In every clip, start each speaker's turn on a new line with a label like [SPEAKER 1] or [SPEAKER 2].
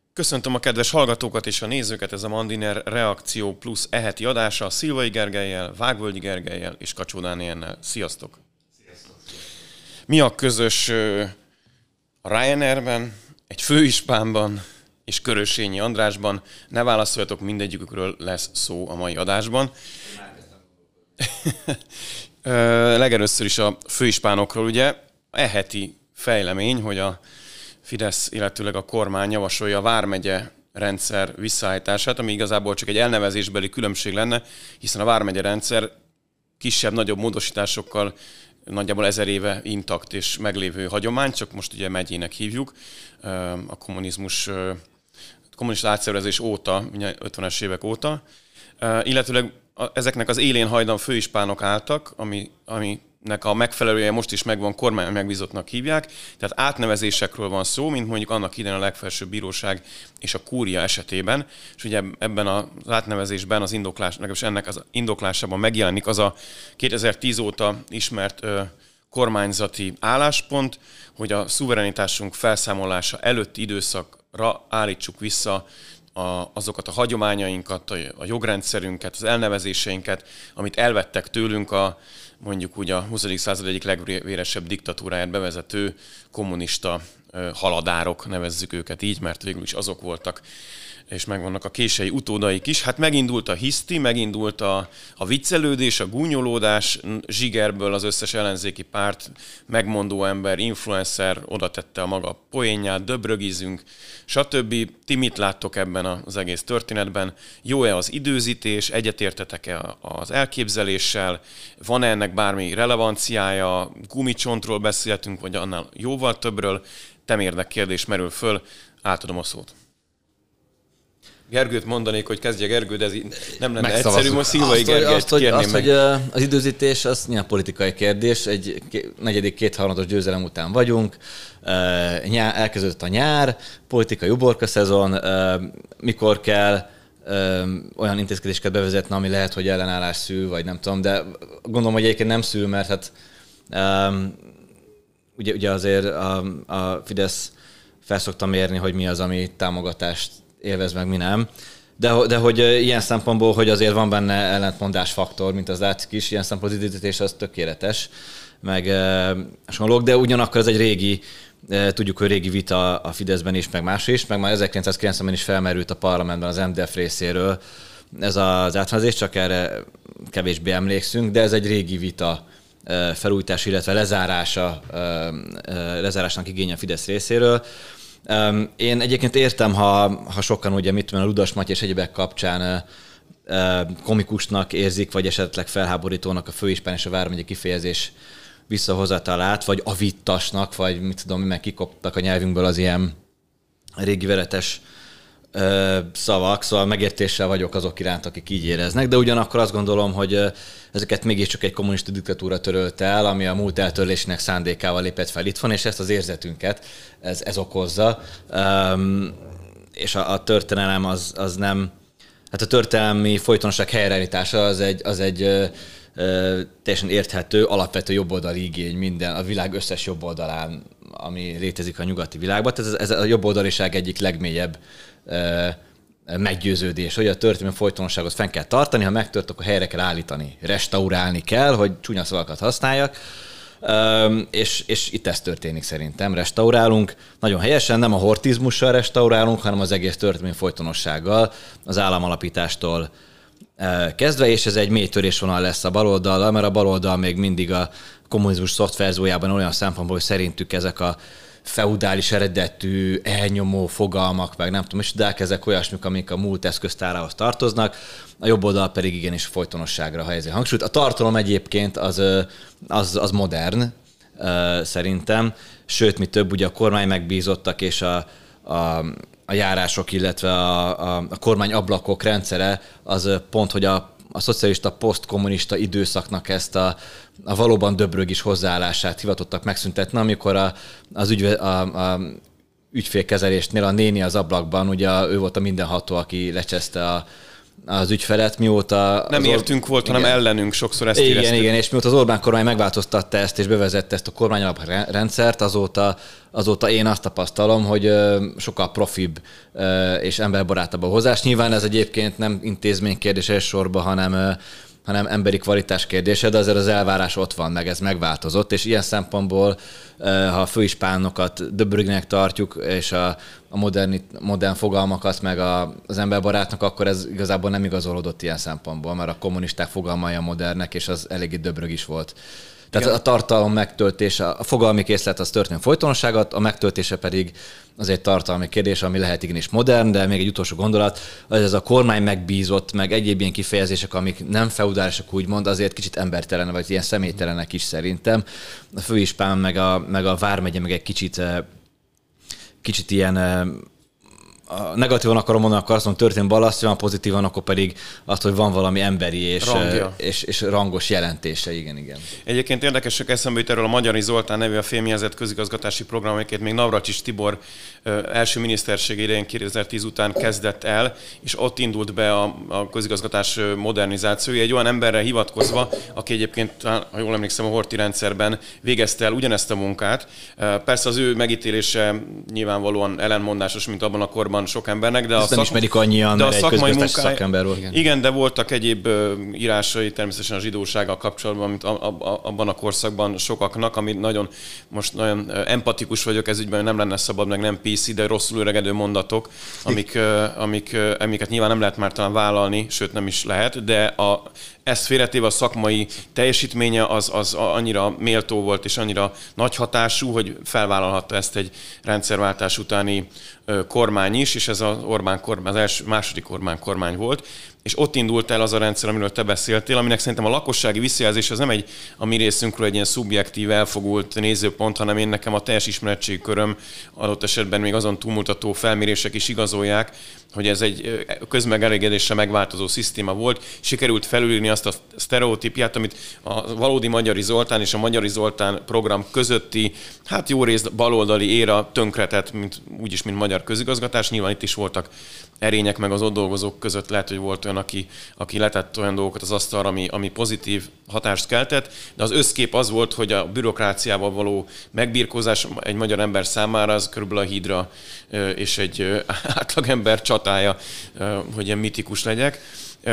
[SPEAKER 1] Köszöntöm a kedves hallgatókat és a nézőket, ez a Mandiner Reakció Plusz heti adása Szilvai Gergellyel, Vágvölgyi Gergellyel és Kacsó Dániellel. Sziasztok!
[SPEAKER 2] Sziasztok!
[SPEAKER 1] Mi a közös a Ryanairben, egy Főispánban és Körösényi Andrásban? Ne válaszoljatok, mindegyikükről lesz szó a mai adásban. Legelőször is a főispánokról, ugye, heti fejlemény, hogy a Fidesz, illetőleg a kormány javasolja a vármegye rendszer visszaállítását, ami igazából csak egy elnevezésbeli különbség lenne, hiszen a vármegye rendszer kisebb-nagyobb módosításokkal nagyjából 1000 éve intakt és meglévő hagyomány, csak most ugye megyének hívjuk. A kommunista átszervezés óta, 50-es évek óta, illetőleg ezeknek az élén hajdan főispánok álltak, aminek a megfelelője most is megvan, kormány megbízottnak hívják. Tehát átnevezésekről van szó, mint mondjuk annak idején a legfelsőbb bíróság és a kúria esetében. És ugye ebben az átnevezésben az indoklás, legalábbis ennek az indoklásában megjelenik az a 2010 óta ismert kormányzati álláspont, hogy a szuverenitásunk felszámolása előtti időszakra állítsuk vissza azokat a hagyományainkat, a jogrendszerünket, az elnevezéseinket, amit elvettek tőlünk mondjuk úgy a 20. század egyik legvéresebb diktatúráját bevezető kommunista haladárok, nevezzük őket így, mert végül is azok voltak, és megvannak a kései utódaik is. Hát megindult a hiszti, megindult a viccelődés, a gúnyolódás, zsigerből az összes ellenzéki párt, megmondó ember, influencer oda tette a maga poénját, döbrögizünk, stb. Ti mit láttok ebben az egész történetben? Jó-e az időzítés? Egyetértetek-e az elképzeléssel? Van-e ennek bármi relevanciája? Gumicsontról beszéltünk, vagy annál jóval többről? Temérdek kérdés merül föl, átadom a szót. Gergőt mondanék, hogy kezdje Gergő, de ez nem lenne egyszerű, most Szilvai Gergelyt kérném meg.
[SPEAKER 3] Hogy az időzítés, az nyilván politikai kérdés, egy negyedik kétharmados győzelem után vagyunk, elkezdődött a nyár, politikai uborka szezon, mikor kell olyan intézkedéseket bevezetni, ami lehet, hogy ellenállás szül, vagy nem tudom, de gondolom, hogy egyébként nem szül, mert hát ugye azért a Fidesz felszokta mérni, hogy mi az, ami támogatást élvez meg, mi nem. De hogy ilyen szempontból, hogy azért van benne ellentmondásfaktor, mint az látszik is, ilyen szempontból az időzítés az tökéletes, meg hasonlók, de ugyanakkor ez egy régi, tudjuk, hogy régi vita a Fideszben is, meg más is, meg már 1990-ben is felmerült a parlamentben az MDF részéről ez az átnevezés, csak erre kevésbé emlékszünk, de ez egy régi vita felújítás, illetve lezárásnak igénye a Fidesz részéről. Én egyébként értem, ha sokan ugye mit tudom, a Ludas Matyi és egyebek kapcsán komikusnak érzik, vagy esetleg felháborítónak a főispán és a vármegye kifejezés visszahozatalát, vagy avittasnak, vagy mit tudom, meg kikoptak a nyelvünkből az ilyen régi veretes szavak, szóval megértéssel vagyok azok iránt, akik így éreznek, de ugyanakkor azt gondolom, hogy ezeket mégiscsak egy kommunista diktatúra törölte el, ami a múlt eltörlésének szándékával lépett fel itthon, és ezt az érzetünket ez okozza. És a történelem az nem... Hát a történelmi folytonosság helyreállítása az egy teljesen érthető, alapvető jobboldali igény minden, a világ összes jobboldalán, ami létezik a nyugati világban. Tehát ez a jobboldaliság egyik legmélyebb meggyőződés, hogy a történelmi folytonosságot fenn kell tartani, ha megtört, akkor helyre kell állítani, restaurálni kell, hogy csúnya szavakat használjak, és itt ez történik szerintem, restaurálunk, nagyon helyesen, nem a hortizmussal restaurálunk, hanem az egész történelmi folytonossággal, az államalapítástól kezdve, és ez egy mély törésvonal lesz a baloldallal, mert a baloldal még mindig a kommunizmus szoftverzójában olyan szempontból, hogy szerintük ezek a feudális eredetű, elnyomó fogalmak, meg nem tudom, és de ezek olyasmik, amik a múlt eszköztárához tartoznak, a jobb oldal pedig igenis folytonosságra helyezi hangsúlyt. A tartalom egyébként az modern, szerintem, sőt, mi több, ugye a kormány megbízottak és a járások, illetve a kormány ablakok rendszere, az pont, hogy a szocialista, posztkommunista időszaknak ezt a valóban döbrögis hozzáállását hivatottak megszüntetni, amikor az ügyfélkezelésnél a néni az ablakban, ugye ő volt a mindenható, aki lecseszte az ügyfelet, mióta...
[SPEAKER 1] Nem értünk volt, hanem ellenünk sokszor ezt éreztük.
[SPEAKER 3] Igen, és mióta az Orbán kormány megváltoztatta ezt, és bevezette ezt a kormányalap rendszert, azóta én azt tapasztalom, hogy sokkal profibb és emberbarátabb a hozás. Nyilván ez egyébként nem intézménykérdés elsősorban, hanem emberi kvalitás kérdése, de azért az elvárás ott van, meg ez megváltozott, és ilyen szempontból, ha a főispánokat döbrögnek tartjuk, és a modern fogalmakat, meg az emberbarátnak, akkor ez igazából nem igazolódott ilyen szempontból, mert a kommunisták fogalmai a modernek, és az eléggé döbrög is volt. Tehát igen. A tartalom megtöltése, a fogalmi készlet az történelmi folytonosságot, a megtöltése pedig az egy tartalmi kérdés, ami lehet igenis modern, de még egy utolsó gondolat, az ez a kormány megbízott, meg egyéb ilyen kifejezések, amik nem feudálisak úgymond, azért kicsit embertelenek, vagy ilyen személytelenek is szerintem. A főispán, meg a vármegye, meg egy kicsit ilyen... Negatívan akarom mondani, akkor azt mondom, történt balasztja, van pozitívan, akkor pedig azt, hogy van valami emberi és rangos jelentése, igen.
[SPEAKER 1] Egyébként érdekes, hogy eszembe jut erről a Magyari Zoltán nevű a fémjelzett közigazgatási program, amiket még Navracsics Tibor első minisztersége idején 2010 után kezdett el, és ott indult be a közigazgatás modernizációja, egy olyan emberre hivatkozva, aki egyébként, ha jól emlékszem, a Horthy rendszerben végezte el ugyanezt a munkát. Persze az ő megítélése nyilvánvalóan ellenmondásos, mint abban a korban sok embernek, de
[SPEAKER 3] nem ismerik annyian, mert egy közgazdasági szakember volt.
[SPEAKER 1] Igen, de voltak egyéb írásai természetesen a zsidósággal kapcsolatban, mint abban a korszakban sokaknak, ami nagyon empatikus vagyok ez ügyben, nem lenne szabad, meg nem PC, de rosszul öregedő mondatok, amiket nyilván nem lehet már talán vállalni, sőt nem is lehet, de ezt félretéve a szakmai teljesítménye az annyira méltó volt, és annyira nagy hatású, hogy felvállalhatta ezt egy rendszerváltás utáni kormány is, és ez az Orbán kormány, az második Orbán kormány volt, és ott indult el az a rendszer, amiről te beszéltél, aminek szerintem a lakossági visszajelzés az nem a mi részünkről egy ilyen szubjektív, elfogult nézőpont, hanem én nekem a teljes ismeretségi köröm, adott esetben még azon túlmutató felmérések is igazolják, hogy ez egy közmegelégedésre megváltozó szisztéma volt. Sikerült felülírni azt a sztereotípiát, amit a valódi Magyari Zoltán és a Magyari Zoltán program közötti, hát jó részt baloldali éra tönkretett, úgyis, mint magyar közigazgatás. Nyilván itt is voltak erények, meg az ott dolgozók között lehet, hogy volt olyan, aki letett olyan dolgokat az asztalra, ami pozitív hatást keltett, de az összkép az volt, hogy a bürokráciával való megbirkózás egy magyar ember számára az körülbelül a hídra és egy átlagember csatája, hogy ilyen mitikus legyek.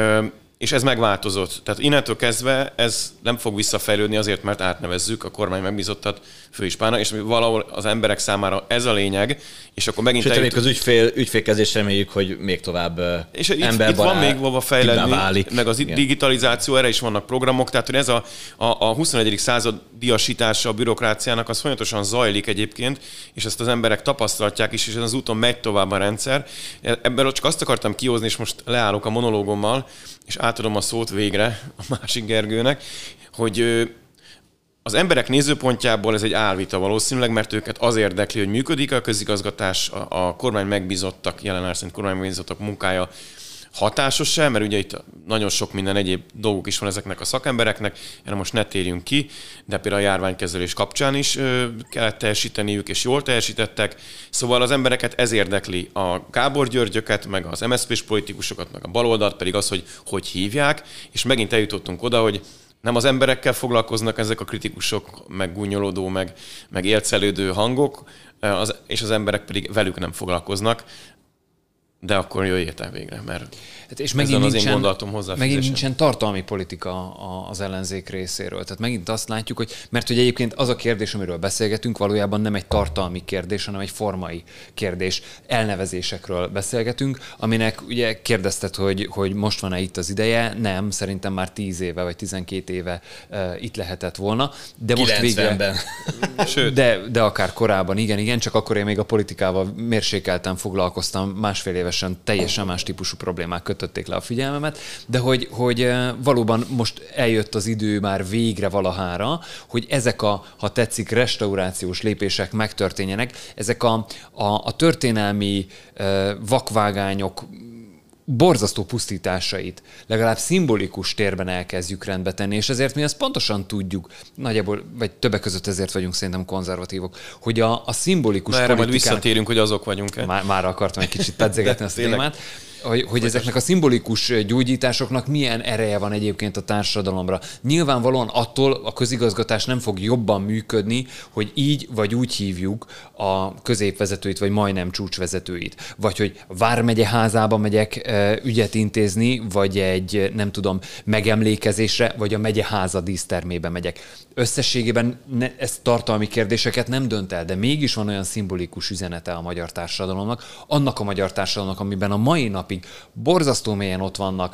[SPEAKER 1] És ez megváltozott. Tehát innentől kezdve ez nem fog visszafejlődni azért, mert átnevezzük a kormány megbízottat főispánra, és valahol az emberek számára ez a lényeg, és akkor megint...
[SPEAKER 3] Sőt, az ügyfélkezés reméljük, hogy még tovább
[SPEAKER 1] és itt van még hova fejlődni, meg az digitalizáció, erre is vannak programok, tehát hogy ez a 21. századiasítása a bürokráciának az folyamatosan zajlik egyébként, és ezt az emberek tapasztalják is, és az úton megy tovább a rendszer. Ebből csak azt akartam kihozni, és most leállok a monológommal, és átadom a szót végre a másik Gergőnek, hogy az emberek nézőpontjából ez egy álvita valószínűleg, mert őket az érdekli, hogy működik a közigazgatás, a kormány megbízottak, jelen szerint kormány megbízottak munkája hatásos-e, mert ugye itt nagyon sok minden egyéb dolgok is van ezeknek a szakembereknek, erre most ne térjünk ki, de például a járványkezelés kapcsán is kellett teljesíteniük, és jól teljesítettek. Szóval az embereket ez érdekli, a Gábor Györgyöket, meg az MSZP-s politikusokat, meg a baloldalt pedig az, hogy hívják, és megint eljutottunk oda, hogy nem az emberekkel foglalkoznak ezek a kritikusok, meg gúnyolódó, meg élcelődő hangok, és az emberek pedig velük nem foglalkoznak. De akkor jöjjél végre, mert hát és megint az én gondolatom hozzáfűzése.
[SPEAKER 2] Megint nincsen tartalmi politika az ellenzék részéről. Tehát megint azt látjuk, hogy mert hogy egyébként az a kérdés, amiről beszélgetünk, valójában nem egy tartalmi kérdés, hanem egy formai kérdés. Elnevezésekről beszélgetünk, aminek ugye kérdezted, hogy most van-e itt az ideje. Nem, szerintem már 10 éve vagy 12 éve itt lehetett volna. De most végre... Sőt. De akár korábban, igen, csak akkor én még a politikával mérsékelten foglalkoztam, másfél évesen teljesen más típusú problémák kötötték le a figyelmemet, de hogy valóban most eljött az idő már végre valahára, hogy ezek ha tetszik, restaurációs lépések megtörténjenek, ezek a történelmi vakvágányok borzasztó pusztításait legalább szimbolikus térben elkezdjük rendbe tenni, és ezért mi azt pontosan tudjuk, nagyjából, vagy többek között ezért vagyunk szerintem konzervatívok, hogy a szimbolikus
[SPEAKER 1] politikának... Erre majd visszatérünk, hogy azok vagyunk-e.
[SPEAKER 2] Már akartam egy kicsit pedzegetni azt a témát, hogy ezeknek a szimbolikus gyógyításoknak milyen ereje van egyébként a társadalomra. Nyilvánvalóan attól a közigazgatás nem fog jobban működni, hogy így vagy úgy hívjuk a középvezetőit, vagy majdnem csúcsvezetőit. Vagy hogy vármegye házába megyek ügyet intézni, vagy egy, nem tudom, megemlékezésre, vagy a megyeháza dísztermébe megyek. Összességében ez tartalmi kérdéseket nem dönt el, de mégis van olyan szimbolikus üzenete a magyar társadalomnak, annak a magyar társadalomnak, amiben a mai napig borzasztó mélyen ott vannak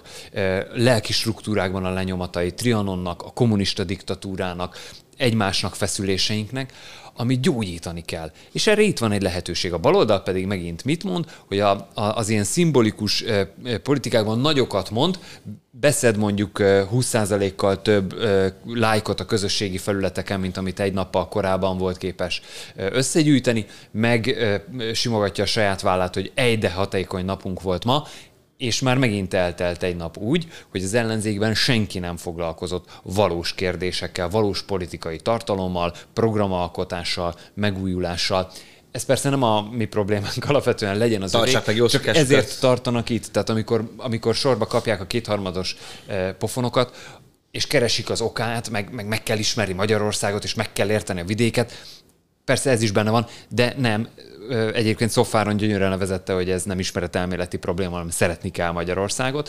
[SPEAKER 2] lelki struktúrákban a lenyomatai Trianonnak, a kommunista diktatúrának, egymásnak feszüléseinknek, amit gyógyítani kell. És erre itt van egy lehetőség. A baloldal pedig megint mit mond, hogy az ilyen szimbolikus politikákban nagyokat mond, beszed mondjuk 20%-kal több lájkot a közösségi felületeken, mint amit egy nappal korábban volt képes összegyűjteni, meg simogatja a saját vállát, hogy de hatékony napunk volt ma, és már megint eltelt egy nap úgy, hogy az ellenzékben senki nem foglalkozott valós kérdésekkel, valós politikai tartalommal, programalkotással, megújulással. Ez persze nem a mi problémánk, alapvetően legyen az övé, csak ezért tartanak itt. Tehát amikor sorba kapják a kétharmados pofonokat, és keresik az okát, meg kell ismerni Magyarországot, és meg kell érteni a vidéket, persze ez is benne van, de nem. Egyébként Szofáron gyönyörűen nevezette, hogy ez nem ismeretelméleti probléma, hanem szeretni kell Magyarországot,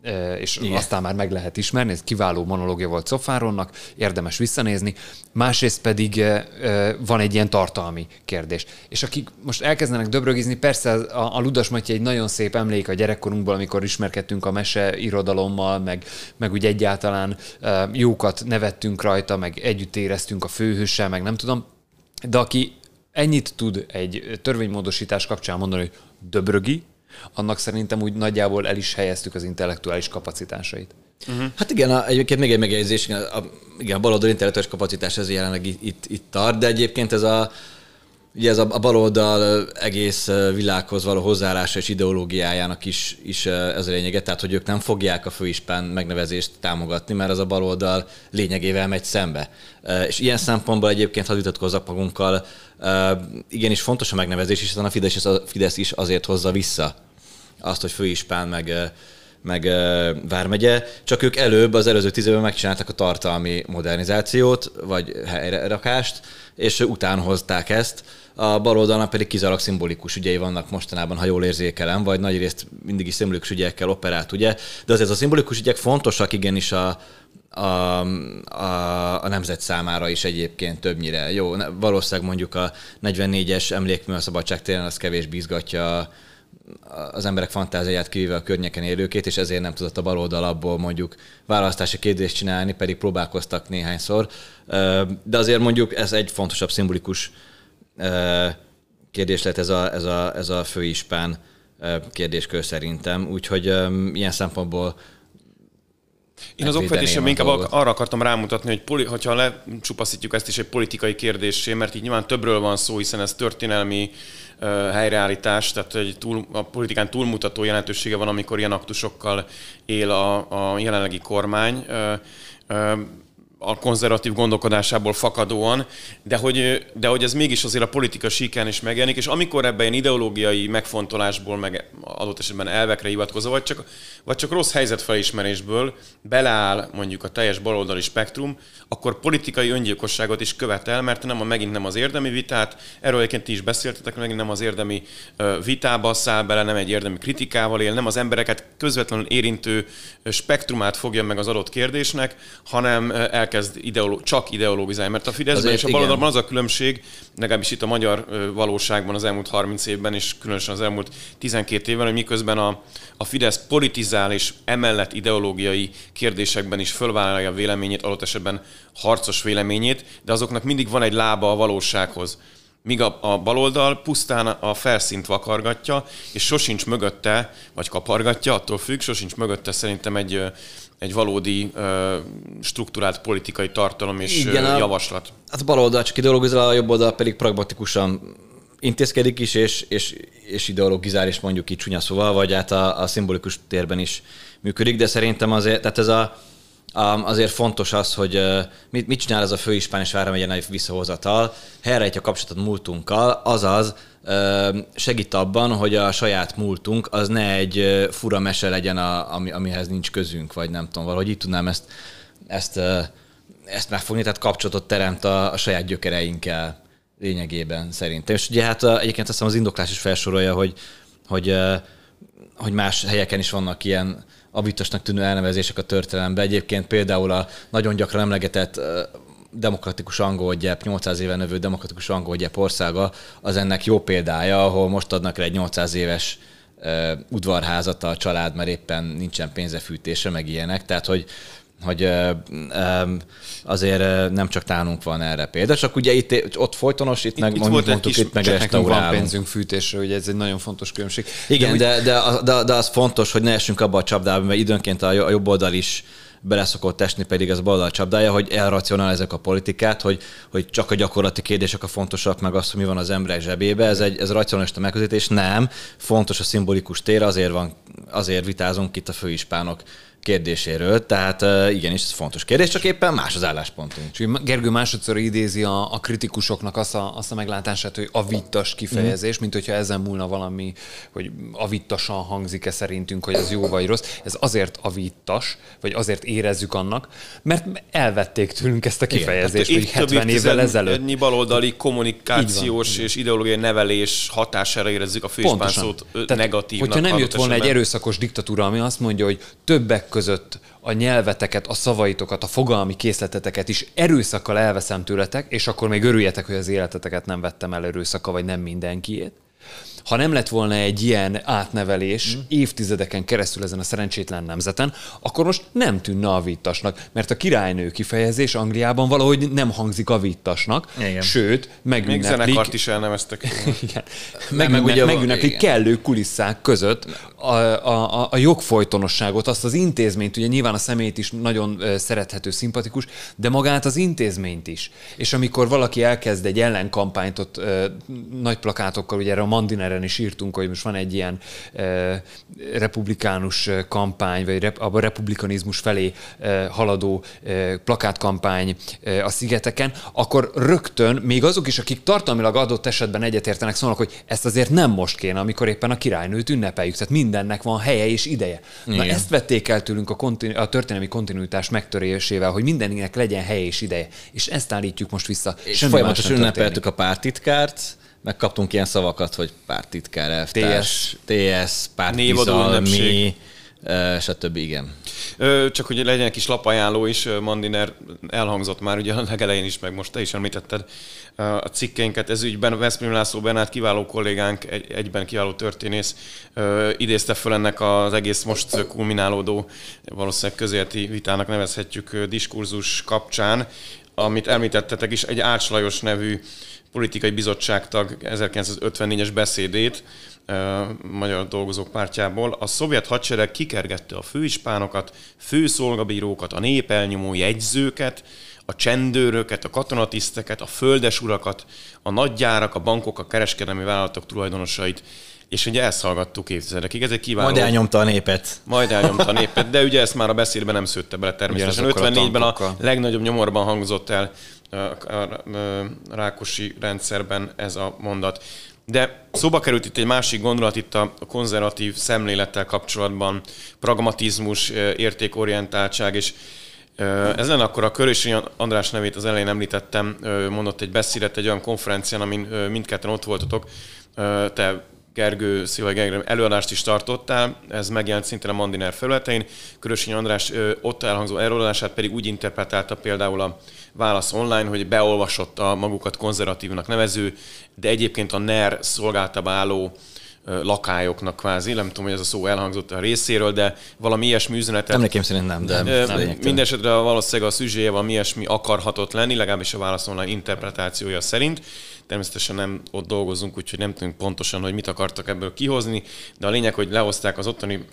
[SPEAKER 2] és igen, aztán már meg lehet ismerni. Ez kiváló monológia volt Szofáronnak, érdemes visszanézni. Másrészt pedig van egy ilyen tartalmi kérdés. És akik most elkezdenek döbrögizni, persze a Ludas Matyi egy nagyon szép emlék a gyerekkorunkból, amikor ismerkedtünk a meseirodalommal, meg úgy egyáltalán jókat nevettünk rajta, meg együtt éreztünk a főhőssel, meg nem tudom. De aki ennyit tud egy törvénymódosítás kapcsán mondani, hogy döbrögi, annak szerintem úgy nagyjából el is helyeztük az intellektuális kapacitásait.
[SPEAKER 3] Uh-huh. Hát igen, egyébként még egy megjegyzés, a baloldal intellektuális kapacitás ez jelenleg itt tart, de egyébként ugye ez a baloldal egész világhoz való hozzáállása és ideológiájának is ez a lényege, tehát hogy ők nem fogják a főispán megnevezést támogatni, mert az a baloldal lényegével megy szembe. És ilyen szempontból egyébként, ha vitatkozzak magunkkal, igenis fontos a megnevezés, és aztán a Fidesz is azért hozza vissza azt, hogy főispán meg vármegye, csak ők előbb az előző 10 évben megcsinálták a tartalmi modernizációt, vagy helyreраkást, és utána hozták ezt. A baloldalnak pedig kizárólag szimbolikus ügyei vannak mostanában, ha jól érzékelem, vagy nagyrészt mindig is szimbolikus ügyekkel operált, ugye? De azért a szimbolikus ügyek fontosak igenis a nemzet számára is egyébként többnyire. Jó, valószínűleg mondjuk a 44-es emlékmű a Szabadságtéren az kevés bizgatja az emberek fantáziáját, kivéve a környéken élőkét, és ezért nem tudott a baloldal abból mondjuk választási kérdést csinálni, pedig próbálkoztak néhányszor. De azért mondjuk ez egy fontosabb szimbolikus kérdés lett ez a főispán kérdéskör szerintem. Úgyhogy ilyen szempontból
[SPEAKER 1] én az okvetésem inkább arra akartam rámutatni, hogy hogyha lecsupaszítjuk ezt is egy politikai kérdéssé, mert így nyilván többről van szó, hiszen ez történelmi helyreállítás, tehát a politikán túlmutató jelentősége van, amikor ilyen aktusokkal él a jelenlegi kormány, a konzervatív gondolkodásából fakadóan, de hogy ez mégis azért a politika síkán is megjelenik, és amikor ebben ilyen ideológiai megfontolásból, meg adott esetben elvekre hivatkozva, vagy csak rossz helyzetfelismerésből beleáll mondjuk a teljes baloldali spektrum, akkor politikai öngyilkosságot is követel, mert megint nem az érdemi vitát, erről egyébként ti is beszéltetek, megint nem az érdemi vitába száll bele, nem egy érdemi kritikával él, nem az embereket közvetlenül érintő spektrumát fogja meg az adott kérdésnek, hanem elkezd csak ideológizálni. Mert a Fideszben és a baloldalban az a különbség, legalábbis itt a magyar valóságban az elmúlt 30 évben, és különösen az elmúlt 12 évben, hogy miközben a Fidesz politizál és emellett ideológiai kérdésekben is fölvállalja a véleményét, adott esetben harcos véleményét, de azoknak mindig van egy lába a valósághoz. Míg a baloldal pusztán a felszínt vakargatja, és sosincs mögötte, vagy kapargatja, attól függ, sosincs mögötte szerintem egy valódi strukturált politikai tartalom és javaslat.
[SPEAKER 3] Hát a baloldal csak ideologizál, a jobb oldal pedig pragmatikusan intézkedik is, és ideologizál is, mondjuk így csúnya szóval, vagy hát a szimbolikus térben is működik, de szerintem azért, tehát azért fontos az, hogy mit csinál ez a főispán és vármegye nagy visszahozatal, helyreállítja a kapcsolatot múltunkkal, azaz segít abban, hogy a saját múltunk az ne egy fura mese legyen, amihez nincs közünk, vagy nem tudom, valahogy így tudnám ezt megfogni, tehát kapcsolatot teremt a saját gyökereinkkel lényegében szerintem. És ugye hát egyébként azt hiszem az indoklás is felsorolja, hogy más helyeken is vannak ilyen avittasnak tűnő elnevezések a történelemben. Egyébként például a nagyon gyakran emlegetett demokratikus angol gyep, 800 éve növő demokratikus angol gyep országa, az ennek jó példája, ahol most adnak el egy 800 éves udvarházat a család, mert éppen nincsen pénze fűtése, meg ilyenek. Tehát, hogy azért nem csak nálunk van erre példa, csak ugye ott folytonos, itt meg mondtuk, itt meg restaurálunk.
[SPEAKER 2] Van pénzünk fűtésre, ugye ez egy nagyon fontos különbség.
[SPEAKER 3] Igen, de az fontos, hogy ne essünk abba a csapdába, mert időnként a jobb oldal is beleszokott esni, pedig az baloldal csapdája, hogy elracionalizálják a politikát, hogy csak a gyakorlati kérdések a fontosak, meg az, hogy mi van az emberek zsebébe. Ez a racionalista megközelítés. Nem. Fontos a szimbolikus tér, azért vitázunk itt a főispánok kérdéséről, tehát igenis ez fontos kérdés, csak éppen más az álláspontunk.
[SPEAKER 2] És Gergő másodszor idézi a kritikusoknak azt a meglátását, hogy avittas kifejezés, mint hogyha ezen múlna valami, hogy avittasan hangzik-e szerintünk, hogy ez jó vagy rossz. Ez azért avittas, vagy azért érezzük annak, mert elvették tőlünk ezt a kifejezést, hogy 70 évvel ezelőtt.
[SPEAKER 1] Ennyi baloldali kommunikációs és ideológiai nevelés hatására érezzük a főispán szót negatívnak.
[SPEAKER 2] Hogyha nem jött volna egy erőszakos diktatúra, ami azt mondja, hogy többek között a nyelveteket, a szavaitokat, a fogalmi készleteteket is erőszakkal elveszem tőletek, és akkor még örüljetek, hogy az életeteket nem vettem el erőszaka, vagy nem mindenkiét. Ha nem lett volna egy ilyen átnevelés évtizedeken keresztül ezen a szerencsétlen nemzeten, akkor most nem tűnne avittasnak, mert a királynő kifejezés Angliában valahogy nem hangzik avittasnak, sőt, megünneplik...
[SPEAKER 1] Még zenekart is elneveztek.
[SPEAKER 2] Igen. Megünneplik kellő kulisszák között a jogfolytonosságot, azt az intézményt, ugye nyilván a személyt is nagyon szerethető, szimpatikus, de magát az intézményt is. És amikor valaki elkezd egy ellenkampányt ott nagy plakátokkal, ugye erre a Mandineren is írtunk, hogy most van egy ilyen republikánus kampány, vagy a republikanizmus felé haladó plakátkampány a szigeteken, akkor rögtön még azok is, akik tartalmilag adott esetben egyetértenek, szólnak, hogy ezt azért nem most kéne, amikor éppen a királynőt ünnepeljük. Tehát mindennek van helye és ideje. Na ezt vették el tőlünk a történelmi kontinuitás megtörésével, hogy mindennek legyen helye és ideje. És ezt állítjuk most vissza.
[SPEAKER 3] És folyamatosan ünnepeltük a pártitkárt, megkaptunk ilyen szavakat, hogy pártitkár, elvtárs, TS, pártbizalmi, stb. Igen.
[SPEAKER 1] Csak hogy legyen egy kis lapajánló is, Mandiner elhangzott már ugye a legelején is, meg most te is említetted a cikkeinket. Ez ügyben Veszprém László Bernát kiváló kollégánk, egyben kiváló történész, idézte föl ennek az egész most kulminálódó, valószínűleg közéleti vitának nevezhetjük diskurzus kapcsán, amit említettetek is, egy Ács Lajos nevű politikai bizottságtag 1954-es beszédét Magyar Dolgozók Pártjából. A szovjet hadsereg kikergette a főispánokat, főszolgabírókat, a népelnyomó jegyzőket, a csendőröket, a katonatiszteket, a földesurakat, a nagygyárak, a bankok, a kereskedelmi vállalatok tulajdonosait. És ugye ezt hallgattuk évtizedekig. Ez egy kiváló...
[SPEAKER 3] Majd elnyomta a népet.
[SPEAKER 1] Majd elnyomta a népet, de ugye ezt már a beszédben nem szőtte bele természetesen. 54-ben a legnagyobb nyomorban hangzott el a Rákosi rendszerben ez a mondat. De szóba került itt egy másik gondolat, itt a konzervatív szemlélettel kapcsolatban, pragmatizmus, értékorientáltság, és ez lenne akkor a Körösi András nevét az elején említettem, mondott egy beszédet egy olyan konferencián, amin mindketten ott voltatok, te Gergő, Szilvai Gergő előadást is tartottál, ez megjelent szintén a Mandiner felületein. Körösi András ott elhangzó előadását pedig úgy interpretálta például a Válasz Online, hogy beolvasott a magukat konzervatívnak nevező, de egyébként a NER szolgáltába álló lakályoknak kvázi, nem tudom, hogy ez a szó elhangzott a részéről, de valami ilyesmi üzenetet.
[SPEAKER 3] Emlékeim szerint nem, de
[SPEAKER 1] mindesetre valószínűleg a szüzséje valami ilyesmi akarhatott lenni, legalábbis a Válasz Online interpretációja szerint. Természetesen nem ott dolgozunk, úgyhogy nem tudunk pontosan, hogy mit akartak ebből kihozni, de a lényeg, hogy lehozták az ottani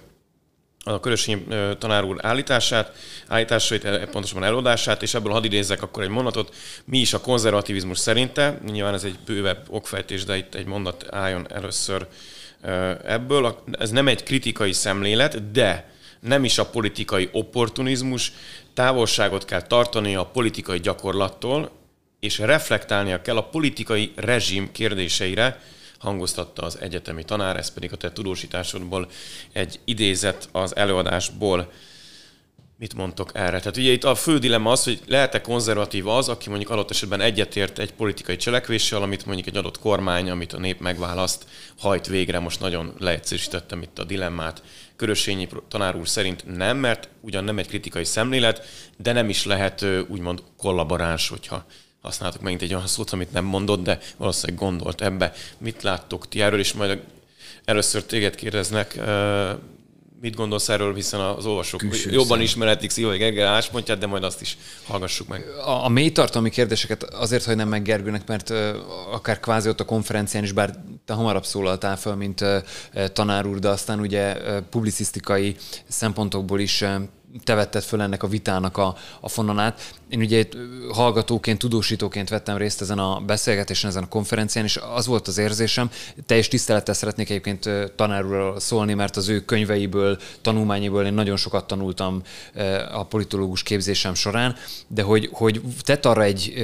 [SPEAKER 1] a Körösi tanár úr állításait, pontosabban előadását, és ebből hadd idézzek akkor egy mondatot. Mi is a konzervativizmus szerinte, nyilván ez egy bővebb okfejtés, de itt egy mondat álljon először ebből. Ez nem egy kritikai szemlélet, de nem is a politikai opportunizmus, távolságot kell tartani a politikai gyakorlattól, és reflektálnia kell a politikai rezsim kérdéseire, hangoztatta az egyetemi tanár, ez pedig a te tudósításodból egy idézet az előadásból. Mit mondtok erre? Tehát ugye itt a fő dilemma az, hogy lehet-e konzervatív az, aki mondjuk adott esetben egyetért egy politikai cselekvéssel, amit mondjuk egy adott kormány, amit a nép megválaszt, hajt végre. Most nagyon leegyszerűsítettem itt a dilemmát. Körösényi tanár úr szerint nem, mert ugyan nem egy kritikai szemlélet, de nem is lehet úgymond kollaboráns, hogyha használtok megint egy olyan szót, amit nem mondott, de valószínűleg gondolt ebbe. Mit láttok ti erről, és majd először téged kérdeznek, mit gondolsz erről, hiszen az olvasók jobban ismerhetik Szilvai Gergely álláspontját, de majd azt is hallgassuk meg.
[SPEAKER 2] A mélytartalmi kérdéseket azért hagynám meg Gergőnek, mert akár kvázi ott a konferencián is, bár te hamarabb szólaltál fel, mint tanár úr, de aztán ugye publicisztikai szempontokból is te vetted föl ennek a vitának a fonalát. Én ugye itt hallgatóként, tudósítóként vettem részt ezen a beszélgetésen, ezen a konferencián, és az volt az érzésem, teljes tisztelettel szeretnék egyébként tanár úrról szólni, mert az ő könyveiből, tanulmányiból én nagyon sokat tanultam a politológus képzésem során, de hogy tett arra egy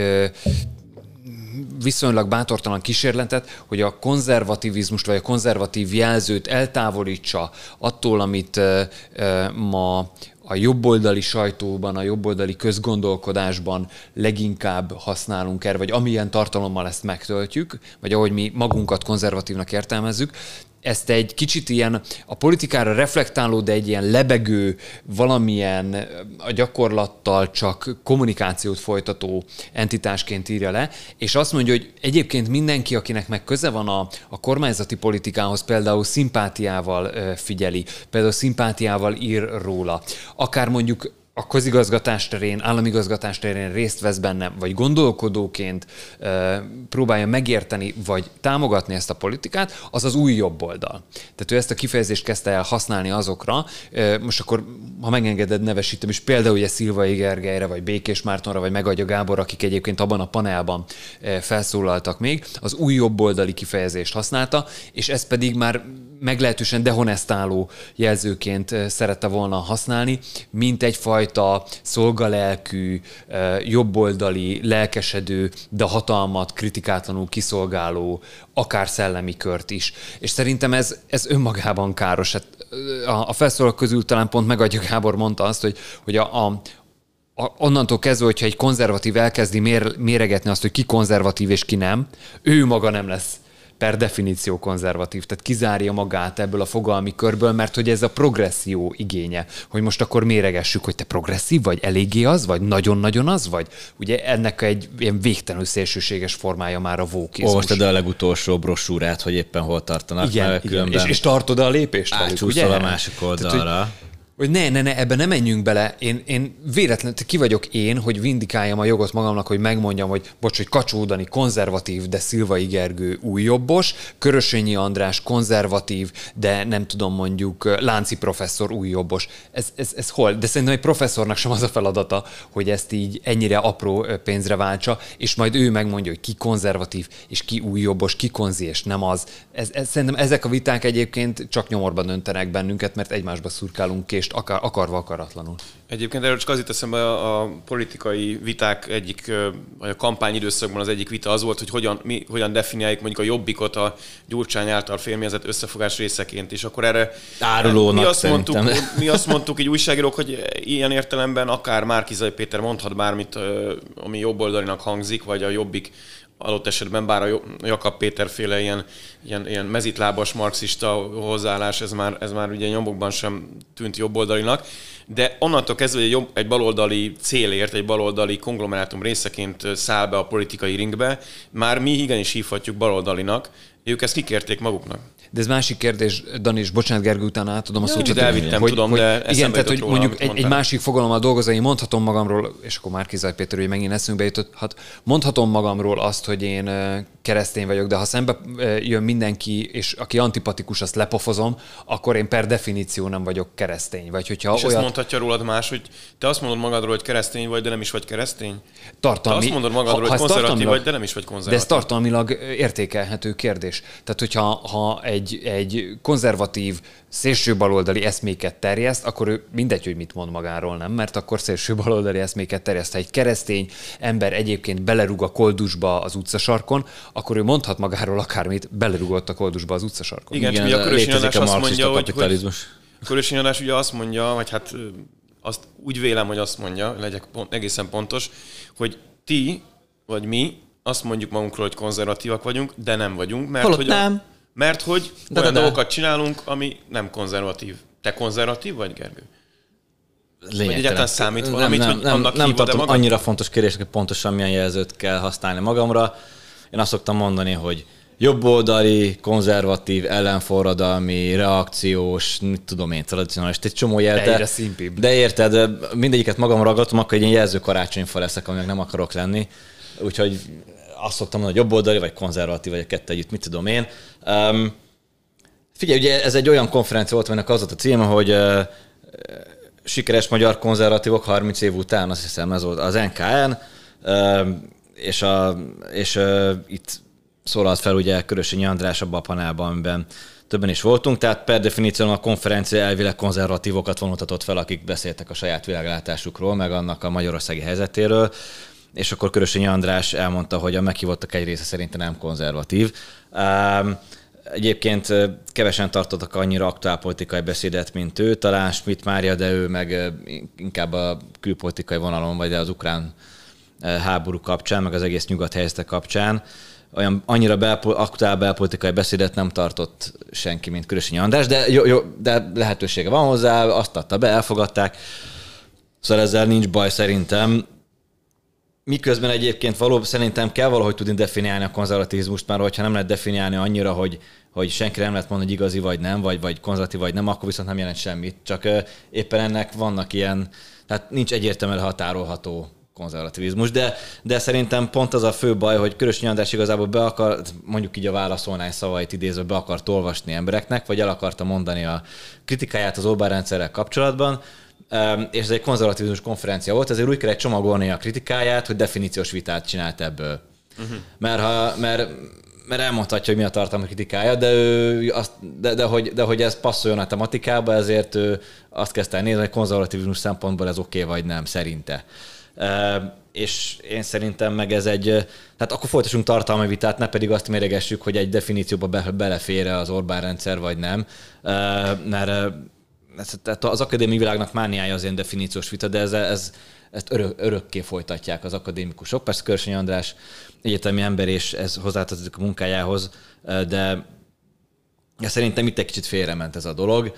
[SPEAKER 2] viszonylag bátortalan kísérletet, hogy a konzervativizmust vagy a konzervatív jelzőt eltávolítsa attól, amit ma a jobboldali sajtóban, a jobboldali közgondolkodásban leginkább használunk erre, vagy amilyen tartalommal ezt megtöltjük, vagy ahogy mi magunkat konzervatívnak értelmezzük, ezt egy kicsit ilyen a politikára reflektáló, de egy ilyen lebegő, valamilyen a gyakorlattal csak kommunikációt folytató entitásként írja le, és azt mondja, hogy egyébként mindenki, akinek meg köze van a kormányzati politikához, például szimpátiával figyeli, például szimpátiával ír róla, akár mondjuk a közigazgatás terén, államigazgatás terén részt vesz benne, vagy gondolkodóként próbálja megérteni, vagy támogatni ezt a politikát, az az új jobboldal. Tehát ő ezt a kifejezést kezdte el használni azokra, most akkor, ha megengeded, nevesítem is például ugye Szilvai Gergelyre, vagy Békés Mártonra, vagy Megadja Gábor, akik egyébként abban a panelban felszólaltak még, az új jobboldali kifejezést használta, és ez pedig már meglehetősen dehonestáló jelzőként szerette volna használni, mint egyfajta szolgalelkű, jobboldali, lelkesedő, de hatalmat kritikátlanul kiszolgáló, akár szellemi kört is. És szerintem ez önmagában káros. Hát a felszólalók közül talán pont Megadja Gábor mondta azt, hogy onnantól kezdve, hogyha egy konzervatív elkezdi méregetni azt, hogy ki konzervatív és ki nem, ő maga nem lesz per definíció konzervatív, tehát kizárja magát ebből a fogalmi körből, mert hogy ez a progresszió igénye, hogy most akkor méregessük, hogy te progresszív vagy, eléggé az vagy, nagyon-nagyon az vagy. Ugye ennek egy ilyen végtelenül szélsőséges formája már a wokeizmus.
[SPEAKER 3] Olvastad a legutolsó brossúrát, hogy éppen hol tartanak?
[SPEAKER 2] Igen. És tartod a lépést velük, ugye?
[SPEAKER 3] Átcsúszol a másik oldalra. Tehát,
[SPEAKER 2] hogy ne, ebben nem menjünk bele. Én véletlenül, ki vagyok én, hogy vindikáljam a jogot magamnak, hogy megmondjam, hogy hogy Kacsó Dani konzervatív, de Szilvai Gergő újjobbos, Körösényi András konzervatív, de nem tudom, mondjuk Lánci professzor újjobbos. Ez hol? De szerintem egy professzornak sem az a feladata, hogy ezt így ennyire apró pénzre váltsa, és majd ő megmondja, hogy ki konzervatív, és ki újjobbos, ki konzi, és nem az. Szerintem ezek a viták egyébként csak nyomorban döntenek bennünket, mert egymásba szurkálunk kést, akarva, akaratlanul.
[SPEAKER 1] Egyébként erről csak az itt eszembe a politikai viták egyik, vagy a kampányidőszakban az egyik vita az volt, hogy hogyan definiáljuk mondjuk a Jobbikot a Gyurcsány által félmezett összefogás részeként, és akkor erre
[SPEAKER 3] árulónak
[SPEAKER 1] mi azt mondtuk így újságírók, hogy ilyen értelemben akár Márki-Zay Péter mondhat bármit, ami jobboldalinak hangzik, vagy a Jobbik adott esetben, bár a Jakab Péter féle ilyen mezitlábas marxista hozzáállás, ez már ugye nyomokban sem tűnt jobboldalinak, de onnantól kezdve, hogy egy baloldali célért, egy baloldali konglomerátum részeként száll be a politikai ringbe, már mi igenis hívhatjuk baloldalinak, ők ezt kikérték maguknak.
[SPEAKER 2] De ez másik kérdés, Dani, és bocsánat, Gergő, utána átadom a szót.
[SPEAKER 1] Kicsit elvittem, tudom, de
[SPEAKER 2] igen, tehát, hogy mondjuk egy másik fogalommal dolgozom, én mondhatom magamról, és akkor Márki-Zay Péter, hogy megint eszünkbe jutott, mondhatom magamról azt, hogy én keresztény vagyok, de ha szembe jön mindenki, és aki antipatikus, azt lepofozom, akkor én per definíció nem vagyok keresztény. Vagy hogyha
[SPEAKER 1] és ezt mondhatja rólad más, hogy te azt mondod magadról, hogy keresztény vagy, de nem is vagy keresztény?
[SPEAKER 2] Te
[SPEAKER 1] azt mondod magadról, hogy konzervatív vagy, de nem is vagy konzervatív.
[SPEAKER 2] De ez tartalmilag értékelhető kérdés. Tehát, hogyha egy konzervatív, szélsőbaloldali eszméket terjeszt, akkor ő mindegy, hogy mit mond magáról, nem? Mert akkor szélsőbaloldali eszméket terjeszt. Ha egy keresztény ember egyébként belerúg a koldusba az utcasarkon, akkor ő mondhat magáról akármit, belerugott a koldusba az utcasarkon.
[SPEAKER 1] Igen, csak ugye a Körösi András azt mondja, hogy a Körösi András ugye azt mondja, vagy hát azt úgy vélem, hogy azt mondja, legyek egészen pontos, hogy ti, vagy mi azt mondjuk magunkról, hogy konzervatívak vagyunk, de nem vagyunk, mert hogy olyan dolgokat csinálunk, ami nem konzervatív. Te konzervatív vagy, Gergő? Vagy egyáltalán számít valamit, hogy annak
[SPEAKER 3] nem tartom
[SPEAKER 1] magad?
[SPEAKER 3] Annyira fontos kérdés, hogy pontosan milyen jelzőt kell használni magamra. Én azt szoktam mondani, hogy jobboldali, konzervatív, ellenforradalmi, reakciós, mit tudom én, tradicionális, egy csomó
[SPEAKER 2] Egyre szimpibb.
[SPEAKER 3] De érted, mindegyiket magam ragadtam, akkor egy ilyen jelző karácsonyfa leszek, aminek nem akarok lenni. Úgyhogy azt szoktam mondani, hogy jobboldali, vagy konzervatív, vagy a kettő együtt, mit tudom én. Figyelj, ugye ez egy olyan konferencia volt, aminek az volt a címe, hogy sikeres magyar konzervatívok 30 év után, azt hiszem ez volt az NKN, és itt szólalt fel ugye Körösényi András abban a panelban, amiben többen is voltunk, tehát per definícióan a konferencia elvileg konzervatívokat vonultatott fel, akik beszéltek a saját világlátásukról, meg annak a magyarországi helyzetéről, és akkor Körösényi András elmondta, hogy a meghívottak egy része szerintem nem konzervatív. Egyébként kevesen tartottak annyira aktuálpolitikai beszédet, mint ő, talán Schmidt Mária, de ő meg inkább a külpolitikai vonalon, vagy az ukrán háború kapcsán, meg az egész nyugat helyzete kapcsán. Olyan annyira aktuál belpolitikai beszédet nem tartott senki, mint Körösényi András, de lehetősége van hozzá, azt adta be, elfogadták. Szóval ezzel nincs baj szerintem. Miközben egyébként szerintem kell valahogy tudni definiálni a konzervatizmust, mert hogyha nem lehet definiálni annyira, hogy senki nem lehet mondani, hogy igazi vagy nem, vagy konzervatív vagy nem, akkor viszont nem jelent semmit. Csak éppen ennek vannak ilyen, tehát nincs egyértelműen határolható konzervativizmus, de szerintem pont az a fő baj, hogy Körösényi András igazából be akar, mondjuk így a válaszolnály szavait idézve, be akart olvasni embereknek, vagy el akarta mondani a kritikáját az Orbán rendszerrel kapcsolatban, és ez egy konzervatívizmus konferencia volt, ezért úgy kellett csomagolni a kritikáját, hogy definíciós vitát csinált ebből. Mert elmondhatja, hogy mi a tartalmi kritikája, de hogy ez passzoljon a tematikába, ezért ő azt kezdte el nézni, hogy konzervatívizmus szempontból ez oké vagy nem, szerinte. És én szerintem meg ez tehát akkor folytassunk tartalmi vitát, ne pedig azt méregessük, hogy egy definícióba belefér az Orbán rendszer, vagy nem. Mert az akadémiai világnak mániája az ilyen definíciós vita, de ezt örökké folytatják az akadémikusok. Persze Körösényi András egyetemi ember, és ez hozzátartozik a munkájához, de szerintem itt egy kicsit félrement ez a dolog.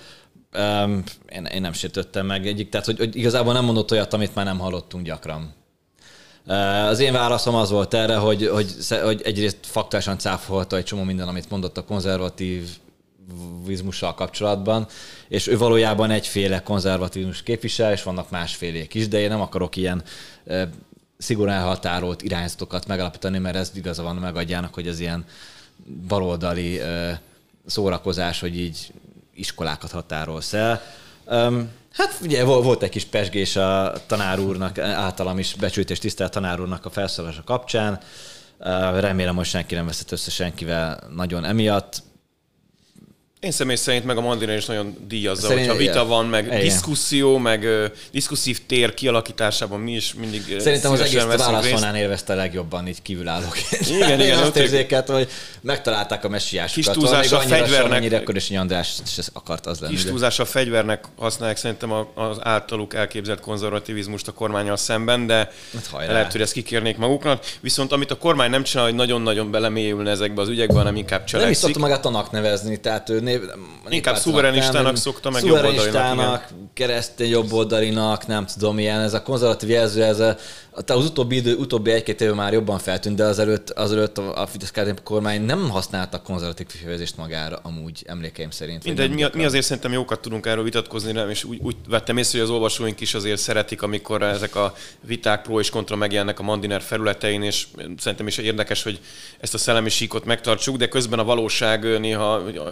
[SPEAKER 3] Én nem sértöttem meg tehát hogy igazából nem mondott olyat, amit már nem hallottunk gyakran. Az én válaszom az volt erre, hogy egyrészt faktuálisan cáfolta egy csomó minden, amit mondott a konzervativizmussal kapcsolatban, és ő valójában egyféle konzervativizmus képvisel, és vannak másfélék is, de én nem akarok ilyen szigorúan elhatárolt irányzatokat megalapítani, mert ez igaza van megadjának, hogy ez ilyen baloldali szórakozás, hogy így iskolákat határolsz el. Hát ugye volt egy kis pezsgés a tanár úrnak, általam is becsült és tisztelt tanár úrnak a felszólalása kapcsán. Remélem, hogy senki nem veszett össze senkivel nagyon emiatt.
[SPEAKER 1] Én személy szerint meg a Mandina is nagyon díjazza, hogyha vita van, meg diszkuszió, meg diszkuszív tér kialakításában mi is mindig
[SPEAKER 3] szerintem az egész válaszolnán élvezte legjobban így kívülállóként.
[SPEAKER 1] Igen,
[SPEAKER 3] azt érzékelt, hogy megtalálták a messiásukat.
[SPEAKER 1] Kis túlzás a fegyvernek.
[SPEAKER 3] Körösényi András is akart az lenni.
[SPEAKER 1] Kis túlzás a fegyvernek használják szerintem az általuk elképzelt konzervativizmust a kormánnyal szemben, de lehet, hogy ezt kikérnék maguknak. Viszont amit a kormány nem csinál, hogy nagyon-nagyon belemélyülne ezekbe az ügyekbe, hanem inkább cselekszik.
[SPEAKER 3] Nem is szokta magát annak nevezni, tehát
[SPEAKER 1] inkább szuverenistának szokta, meg
[SPEAKER 3] jobboldalinak. Keresztény jobboldalinak, nem tudom, ilyen ez a konzervatív jelző, az utóbbi egy-két éve már jobban feltűnt, de azelőtt a Fidesz-KDNP kormány nem használta konzervatív kifejezést magára, amúgy emlékeim szerint.
[SPEAKER 1] Mindegy, mi azért szerintem jókat tudunk erről vitatkozni, és úgy vettem észre, hogy az olvasóink is azért szeretik, amikor ezek a viták pro és kontra megjelennek a Mandiner felületein, és szerintem is érdekes, hogy ezt a szellemi síkot megtartsuk, de közben a valóság néha agyonver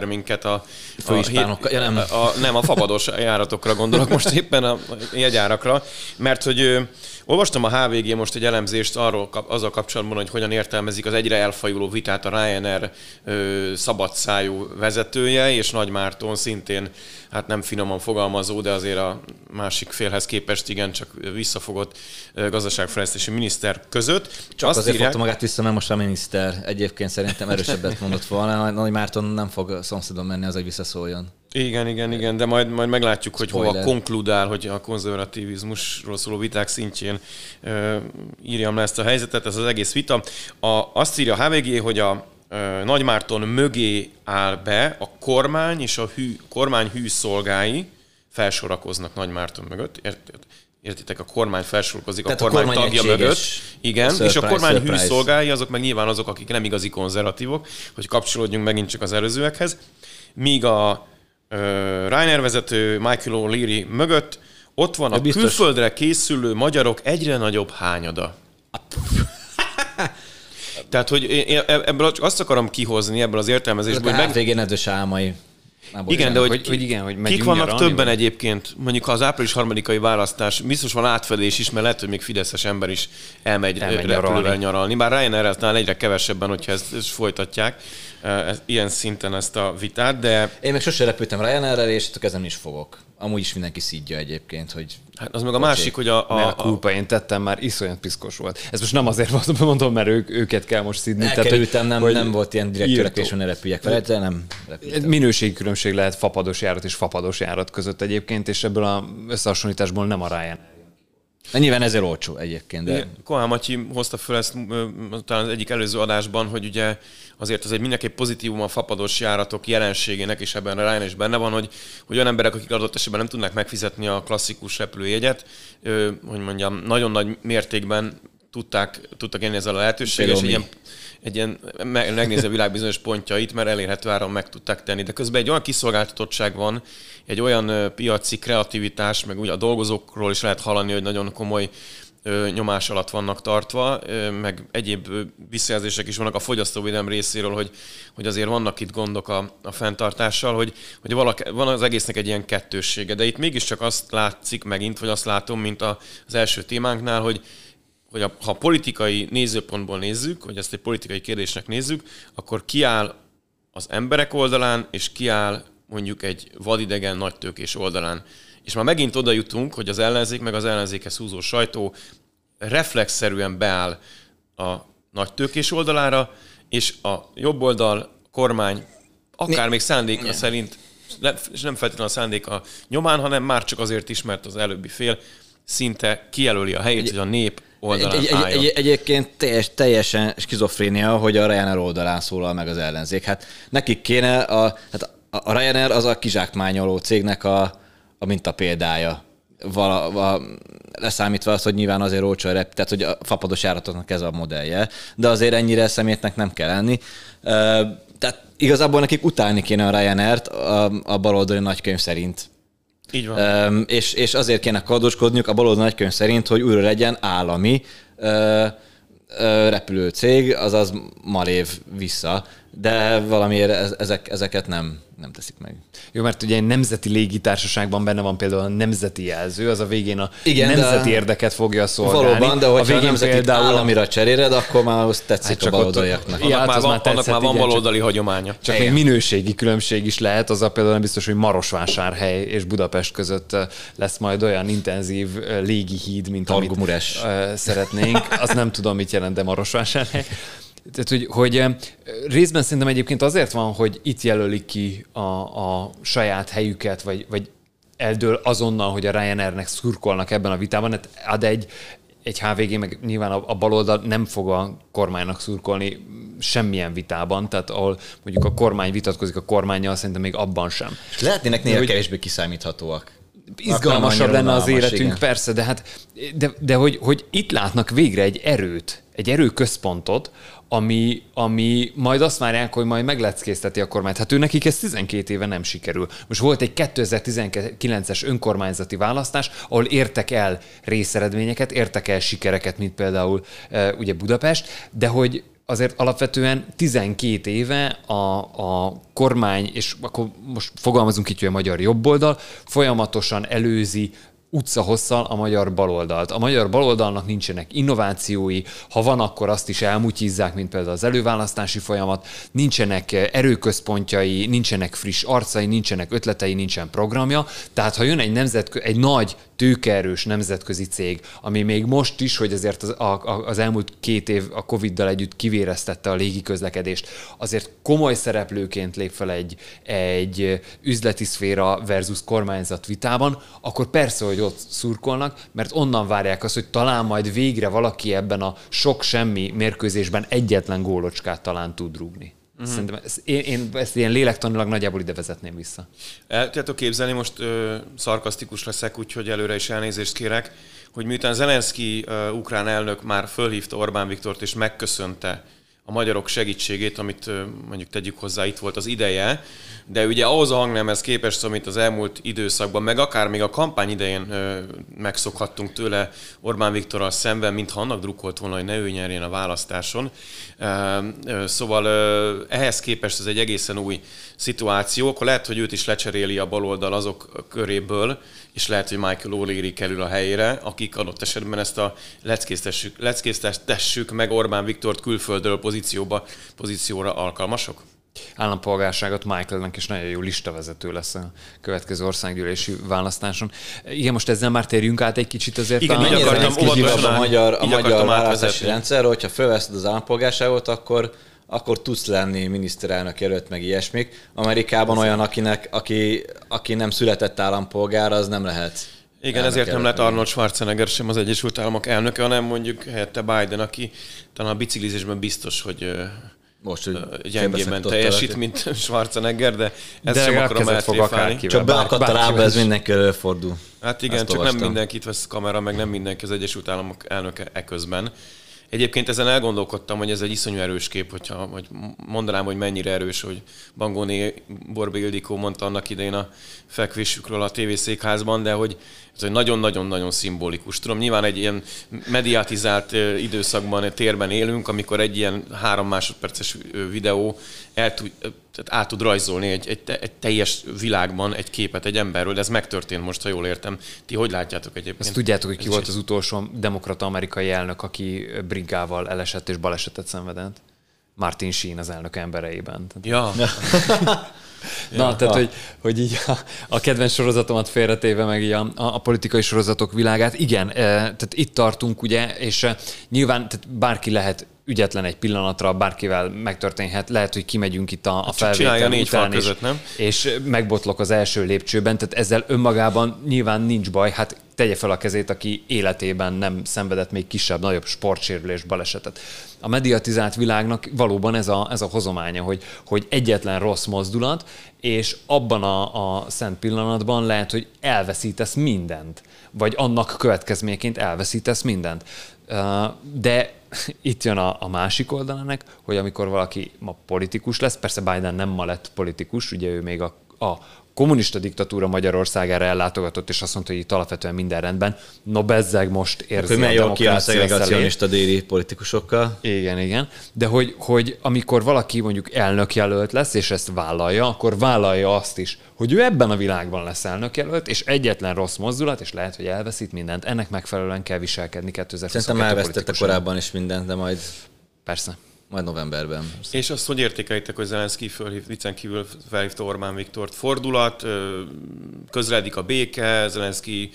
[SPEAKER 1] kiver minket a
[SPEAKER 3] nem
[SPEAKER 1] a fapados járatokra gondolok most éppen a jegyárakra, mert hogy olvastam a HVG most egy elemzést azzal kapcsolatban, hogy hogyan értelmezik az egyre elfajuló vitát a Ryanair szabadszájú vezetője, és Nagy Márton szintén, hát nem finoman fogalmazó, de azért a másik félhez képest igen, csak visszafogott gazdaságfejlesztési miniszter között.
[SPEAKER 3] Csak azt azért fogta magát vissza, mert most a miniszter egyébként szerintem erősebbet mondott volna. Nagy Márton nem fog szomszédon menni, az, hogy visszaszóljon.
[SPEAKER 1] Igen, de majd meglátjuk, hogy hova konkludál, hogy a konzervativizmusról szóló viták szintjén írjam le ezt a helyzetet, ez az egész vita. Azt írja a HVG, hogy a Nagy Márton mögé áll be a kormány és a kormány hű szolgái felsorakoznak Nagy Márton mögött. Értitek, a kormány felsorakozik a kormány tagja mögött. Igen, és a kormány hű szolgái, azok meg nyilván azok, akik nem igazi konzervatívok, hogy kapcsolódjunk megint csak az előzőekhez. Míg a Ryanair vezető Michael O'Leary mögött ott van a külföldre készülő magyarok egyre nagyobb hányada. Tehát, hogy ebből azt akarom kihozni, ebből az értelmezésből,
[SPEAKER 3] hogy végén edős álmai.
[SPEAKER 1] Igen, de hogy kik vannak nyaralni, többen egyébként, mondjuk az április 3-ai választás, biztos van átfedés is, mert lehet, hogy még fideszes ember is elmegy repülővel nyaralni. Bár Ryanair-nál egyre kevesebben, hogyha ezt folytatják, ilyen szinten ezt a vitát, de...
[SPEAKER 3] Én meg sose repültem Ryanair-rel, és ezen is fogok. Amúgy is mindenki szidja egyébként, hogy...
[SPEAKER 1] Hát az meg a másik, hogy
[SPEAKER 2] a kulpa én tettem, már iszonyat piszkos volt. Ez most nem azért mondom, mert őket kell most szidni.
[SPEAKER 3] Elkerültem, nem volt ilyen direkt törekvés, hogy ne repüljek vele, de nem repültem.
[SPEAKER 2] Minőségi különbség lehet fapados járat és fapados járat között egyébként, és ebből az összehasonlításból nem a Ryanair.
[SPEAKER 3] Nyilván ezért olcsó egyébként. De...
[SPEAKER 1] Kohán Matyi hozta föl ezt talán az egyik előző adásban, hogy ugye azért az egy mindenképp pozitívum a fapados járatok jelenségének, és ebben a Ryanair is benne van, hogy olyan emberek, akik adott esetben nem tudnak megfizetni a klasszikus repülőjegyet, hogy mondjam, nagyon nagy mértékben tudtak élni ezzel a lehetőséggel, és egy ilyen megnézni a világ bizonyos pontjait, mert elérhető áron meg tudták tenni. De közben egy olyan kiszolgáltatottság van, egy olyan piaci kreativitás, meg ugye a dolgozókról is lehet hallani, hogy nagyon komoly nyomás alatt vannak tartva, meg egyéb visszajelzések is vannak a fogyasztóvédelem részéről, hogy azért vannak itt gondok a fenntartással, hogy van az egésznek egy ilyen kettőssége. De itt mégiscsak azt látszik megint, vagy azt látom, mint az első témánknál, hogy ha politikai nézőpontból nézzük, hogy ezt egy politikai kérdésnek nézzük, akkor kiáll az emberek oldalán, és kiáll mondjuk egy vadidegen nagytőkés oldalán. És már megint oda jutunk, hogy az ellenzék, meg az ellenzékhez húzó sajtó reflexzerűen beáll a nagytőkés oldalára, és a jobb oldal, kormány, akár még szándéka szerint, és nem feltétlenül a szándéka nyomán, hanem már csak azért is, mert az előbbi fél szinte kijelöli a helyét, hogy a nép oldalán álljon.
[SPEAKER 3] Egyébként teljesen skizofrénia, hogy a Ryanair oldalán szólal meg az ellenzék. Hát nekik kéne, a Ryanair az a kizsákmányoló cégnek a mintapéldája. Leszámítva azt, hogy nyilván azért olcsó tehát hogy a fapados járatoknak ez a modellje, de azért ennyire szemétnek nem kell lenni. Tehát igazából nekik utálni kéne a Ryanair-t a baloldali nagykönyv szerint.
[SPEAKER 1] Így van.
[SPEAKER 3] És azért kéne kardoskodniuk a baloldali nagykönyv szerint, hogy újra legyen állami repülőcég, azaz Malév vissza, de valamiért ezeket nem teszik meg.
[SPEAKER 2] Jó, mert ugye egy nemzeti légitársaságban benne van például a nemzeti jelző, az a végén a nemzeti érdeket fogja szolgálni.
[SPEAKER 3] Valóban, de hogyha a nemzeti például államira cseréred, akkor már azt tetszik a baloldaliaknak.
[SPEAKER 1] Annak már van baloldali hagyománya.
[SPEAKER 2] Csak még minőségi különbség is lehet, az a például nem biztos, hogy Marosvásárhely és Budapest között lesz majd olyan intenzív légihíd, mint amit szeretnénk. Azt nem tudom, mit jelent, de Marosvásárhely. Tehát, hogy részben szerintem egyébként azért van, hogy itt jelölik ki a saját helyüket, vagy eldől azonnal, hogy a Ryanairnek szurkolnak ebben a vitában, de egy HVG, meg nyilván a baloldal nem fog a kormánynak szurkolni semmilyen vitában, tehát ahol mondjuk a kormány vitatkozik a kormánnyal, szerintem még abban sem.
[SPEAKER 3] Lehetnének néha kevésbé kiszámíthatóak.
[SPEAKER 2] Izgalmasabb lenne az életünk, igen. Persze, de hogy itt látnak végre egy erőközpontot, ami majd azt várják, hogy majd megleckézteti a kormányt. Hát nekik ez 12 éve nem sikerül. Most volt egy 2019-es önkormányzati választás, ahol értek el részeredményeket, értek el sikereket, mint például ugye Budapest, de hogy azért alapvetően 12 éve a kormány, és akkor most fogalmazunk így, hogy a magyar jobboldal folyamatosan előzi utcahosszal a magyar baloldalt. A magyar baloldalnak nincsenek innovációi, ha van, akkor azt is elmutyizzák, mint például az előválasztási folyamat, nincsenek erőközpontjai, nincsenek friss arcai, nincsenek ötletei, nincsen programja. Tehát ha jön egy nagy tőkeerős nemzetközi cég, ami még most is, hogy azért az elmúlt 2 év a Covid-dal együtt kivéreztette a légiközlekedést, azért komoly szereplőként lép fel egy üzleti szféra versus kormányzat vitában, akkor persze, hogy ott szurkolnak, mert onnan várják azt, hogy talán majd végre valaki ebben a sok-semmi mérkőzésben egyetlen gólocskát talán tud rúgni. Szerintem én ezt ilyen lélektanilag nagyjából ide vezetném vissza.
[SPEAKER 1] El tudjátok képzelni, most szarkasztikus leszek, úgyhogy előre is elnézést kérek, hogy miután Zelenszky ukrán elnök már fölhívta Orbán Viktort és megköszönte a magyarok segítségét, amit mondjuk tegyük hozzá, itt volt az ideje, de ugye ahhoz a hangnemhez képest, amit az elmúlt időszakban, meg akár még a kampány idején megszokhattunk tőle Orbán Viktorral szemben, mintha annak drukkolt volna, hogy ne ő nyerjen a választáson. Szóval ehhez képest ez egy egészen új szituáció, akkor lehet, hogy őt is lecseréli a baloldal azok köréből, és lehet, hogy Michael O'Leary kerül a helyére, akik adott esetben ezt a leckésztessük meg Orbán Viktort külföldről pozícióra alkalmasok?
[SPEAKER 2] Állampolgárságot Michaelnek is nagyon jó listavezető lesz a következő országgyűlési választáson. Igen, most ezzel már térjünk át egy kicsit azért.
[SPEAKER 1] Igen, így akartam
[SPEAKER 3] a magyar választási rendszer, hogyha felveszed az állampolgárságot, akkor tudsz lenni miniszterelnök jelölt, meg ilyesmik. Amerikában olyan, aki nem született állampolgár, az nem lehet.
[SPEAKER 1] Igen, ezért nem lett Arnold Schwarzenegger sem az Egyesült Államok elnöke, hanem mondjuk helyette Biden, aki talán a biciklizésben biztos, hogy gyengében teljesít, mint Schwarzenegger, de ezt sem akarom eltréfálni.
[SPEAKER 3] Csak beakadt a rába, ez mindenki előfordul.
[SPEAKER 1] Hát igen, csak nem mindenkit vesz kamera, meg nem mindenki az Egyesült Államok elnöke eközben. Egyébként ezen elgondolkodtam, hogy ez egy iszonyú erős kép, hogy mondanám, hogy mennyire erős, hogy Bangóné Borbély Ildikó mondta annak idején a fekvésükről a tévészékházban, de hogy ez nagyon-nagyon-nagyon szimbolikus. Tudom, nyilván egy ilyen mediatizált időszakban, térben élünk, amikor egy ilyen 3 másodperces videó át tud rajzolni egy teljes világban egy képet egy emberről, de ez megtörtént most, ha jól értem. Ti hogy látjátok egyébként?
[SPEAKER 2] Ezt tudjátok, hogy ki volt az utolsó demokrata amerikai elnök, aki bringával elesett és balesetet szenvedett? Martin Sheen az elnök embereiben.
[SPEAKER 1] Ja.
[SPEAKER 2] Na, tehát, hogy így a kedvenc sorozatomat félretéve, meg így a politikai sorozatok világát. Igen, tehát itt tartunk, ugye, és nyilván tehát bárki lehet ügyetlen egy pillanatra, bárkivel megtörténhet, lehet, hogy kimegyünk itt a felvétel után, és megbotlok az első lépcsőben, tehát ezzel önmagában nyilván nincs baj, hát tegye fel a kezét, aki életében nem szenvedett még kisebb-nagyobb sportsérülés, balesetet. A mediatizált világnak valóban ez a hozománya, hogy egyetlen rossz mozdulat, és abban a szent pillanatban lehet, hogy elveszítesz mindent, vagy annak következményeként elveszítesz mindent. De itt jön a másik oldalának, hogy amikor valaki ma politikus lesz, persze Biden nem ma lett politikus, ugye ő még a kommunista diktatúra Magyarországára ellátogatott, és azt mondta, hogy itt alapvetően minden rendben. No, bezzeg most érzi a demokrácia
[SPEAKER 3] szegregacionista déli politikusokkal.
[SPEAKER 2] Igen. De hogy amikor valaki mondjuk elnökjelölt lesz, és ezt vállalja, akkor vállalja azt is, hogy ő ebben a világban lesz elnökjelölt, és egyetlen rossz mozdulat, és lehet, hogy elveszít mindent. Ennek megfelelően kell viselkedni 2022
[SPEAKER 3] Szerintem elvesztette korábban is mindent, de majd...
[SPEAKER 2] Persze.
[SPEAKER 3] Majd novemberben.
[SPEAKER 1] És azt hogy értékelitek, hogy Zelenszky viccen kívül felhívta Orbán Viktort? Fordulat, közeledik a béke, Zelenszky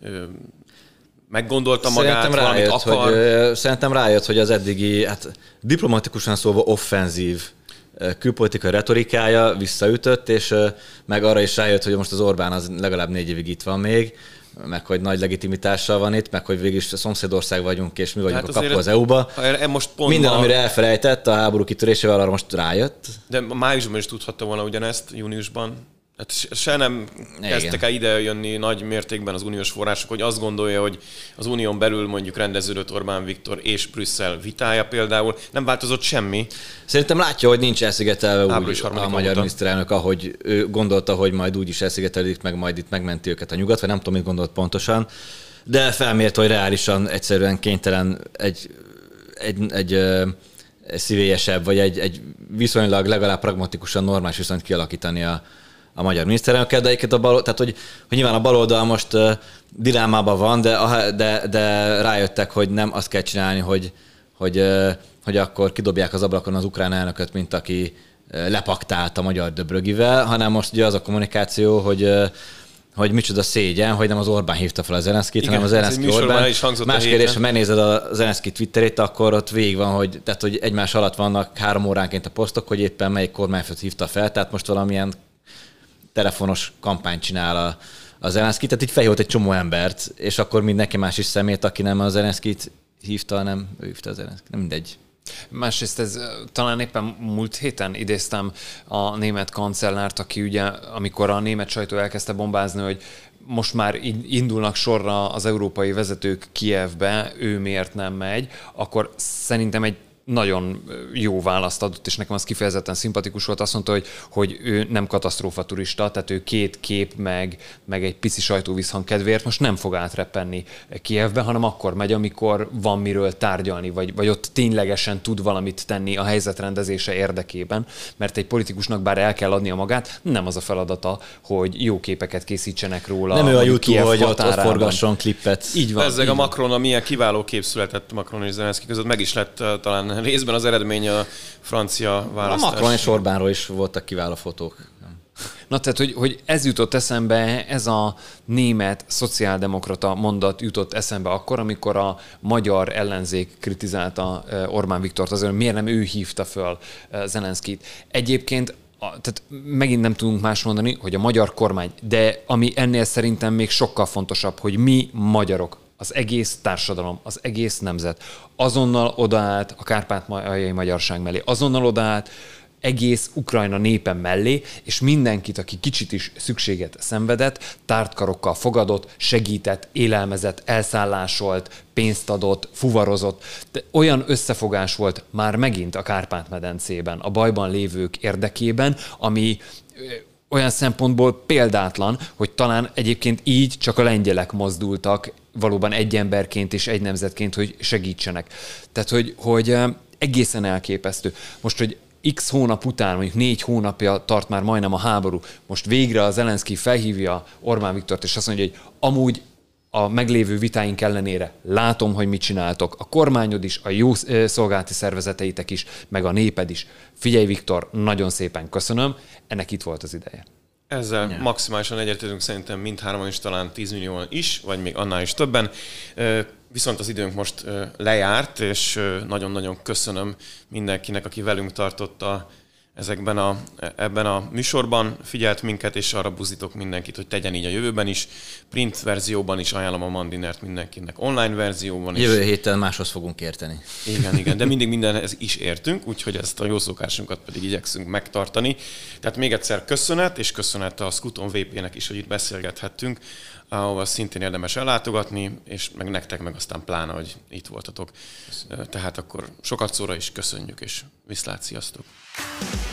[SPEAKER 1] meggondolta magát, valamit akar?
[SPEAKER 3] Szerintem rájött, hogy az eddigi, diplomatikusan szólva offenzív külpolitikai retorikája visszaütött, és meg arra is rájött, hogy most az Orbán az legalább 4 évig itt van még, meg hogy nagy legitimitással van itt, meg hogy végig is a szomszédország vagyunk, és mi vagyunk a kapu az EU-ba. Minden, amire elfelejtett a háború kitörésével, arra most rájött.
[SPEAKER 1] De májusban is tudhatta volna ugyanezt, júniusban. Hát se nem kezdtek el ide jönni nagy mértékben az uniós források, hogy azt gondolja, hogy az unión belül mondjuk rendeződött Orbán Viktor és Brüsszel vitája például. Nem változott semmi.
[SPEAKER 3] Szerintem látja, hogy nincs elszigetelve úgy a magyar miniszterelnök, ahogy ő gondolta, hogy majd úgy is elszigetelik, meg majd itt megmenti őket a nyugat, vagy nem tudom, mit gondolt pontosan. De felmért, hogy reálisan egyszerűen kénytelen egy szívélyesebb, vagy egy viszonylag legalább pragmatikusan normális viszonyt kialakítani a magyar miniszterelnökkel, de egyébként tehát, hogy nyilván a baloldal most dilemmában van, de rájöttek, hogy nem azt kell csinálni, hogy akkor kidobják az ablakon az ukrán elnököt, mint aki lepaktált a magyar Döbrögivel, hanem most ugye az a kommunikáció, hogy micsoda szégyen, hogy nem az Orbán hívta fel a Zelenszkit, hanem az Zelenszky Orbán. Más kérdés, ha megnézed a Zelenszky Twitterét, akkor ott végig van, hogy egymás alatt vannak 3 óránként a posztok, hogy éppen melyik kormányfőt hívta fel, tehát most valamilyen telefonos kampányt csinál a Zelenszky, tehát így felhívott egy csomó embert, és akkor mindenki más is szemét, aki nem a Zelenszkyt hívta, hanem ő hívta a Zelenszkyt, nem mindegy.
[SPEAKER 2] Másrészt ez talán éppen múlt héten idéztem a német kancellárt, aki ugye, amikor a német sajtó elkezdte bombázni, hogy most már indulnak sorra az európai vezetők Kijevbe, ő miért nem megy, akkor szerintem egy nagyon jó választ adott, és nekem az kifejezetten szimpatikus volt. Azt mondta, hogy ő nem katasztrófa turista, tehát ő 2 kép meg egy pici sajtóvízhang kedvéért most nem fog átrepenni Kijevbe, hanem akkor megy, amikor van miről tárgyalni, vagy ott ténylegesen tud valamit tenni a helyzetrendezése érdekében, mert egy politikusnak bár el kell adnia magát, nem az a feladata, hogy jó képeket készítsenek róla.
[SPEAKER 3] Nem ő a YouTube, hogy ott forgasson klippet.
[SPEAKER 2] Így van.
[SPEAKER 1] Ezzel a Macron, milyen kiváló kép született Macron és Zelenszky között, meg is lett talán részben az eredmény a francia választás.
[SPEAKER 3] A Macron és Orbánról is voltak kiváló fotók.
[SPEAKER 2] Na tehát, hogy ez jutott eszembe, ez a német szociáldemokrata mondat jutott eszembe akkor, amikor a magyar ellenzék kritizálta Orbán Viktort azért, miért nem ő hívta föl Zelenszkyt. Egyébként tehát megint nem tudunk más mondani, hogy a magyar kormány, de ami ennél szerintem még sokkal fontosabb, hogy mi magyarok, az egész társadalom, az egész nemzet azonnal odaállt a kárpát-medyei magyarság mellé, azonnal odaállt egész Ukrajna népe mellé, és mindenkit, aki kicsit is szükséget szenvedett, tártkarokkal fogadott, segített, élelmezett, elszállásolt, pénzt adott, fuvarozott. De olyan összefogás volt már megint a Kárpát-medencében, a bajban lévők érdekében, ami olyan szempontból példátlan, hogy talán egyébként így csak a lengyelek mozdultak valóban egy emberként és egy nemzetként, hogy segítsenek. Tehát, hogy egészen elképesztő. Most, hogy X hónap után, mondjuk 4 hónapja tart már majdnem a háború, most végre a Zelenszky felhívja Orbán Viktort, és azt mondja, hogy amúgy a meglévő vitáink ellenére látom, hogy mit csináltok. A kormányod is, a jó szolgálati szervezeteitek is, meg a néped is. Figyelj, Viktor, nagyon szépen köszönöm, ennek itt volt az ideje.
[SPEAKER 1] Ezzel maximálisan egyetértünk szerintem mindhárman is, talán 10 millióan is, vagy még annál is többen. Viszont az időnk most lejárt, és nagyon-nagyon köszönöm mindenkinek, aki velünk tartotta ebben a műsorban, figyelt minket, és arra buzdítok mindenkit, hogy tegyen így a jövőben is. Print verzióban is ajánlom a Mandinert mindenkinek, online verzióban is.
[SPEAKER 3] Jövő héten máshoz fogunk érteni.
[SPEAKER 1] Igen, de mindig mindenhez is értünk, úgyhogy ezt a jó szokásunkat pedig igyekszünk megtartani. Tehát még egyszer köszönet, és köszönet a Skuton VP-nek is, hogy itt beszélgethettünk, ahova szintén érdemes ellátogatni, és meg nektek meg aztán pláne, hogy itt voltatok. Tehát akkor sokat szóra is köszönjük, és viszlát, sziasztok!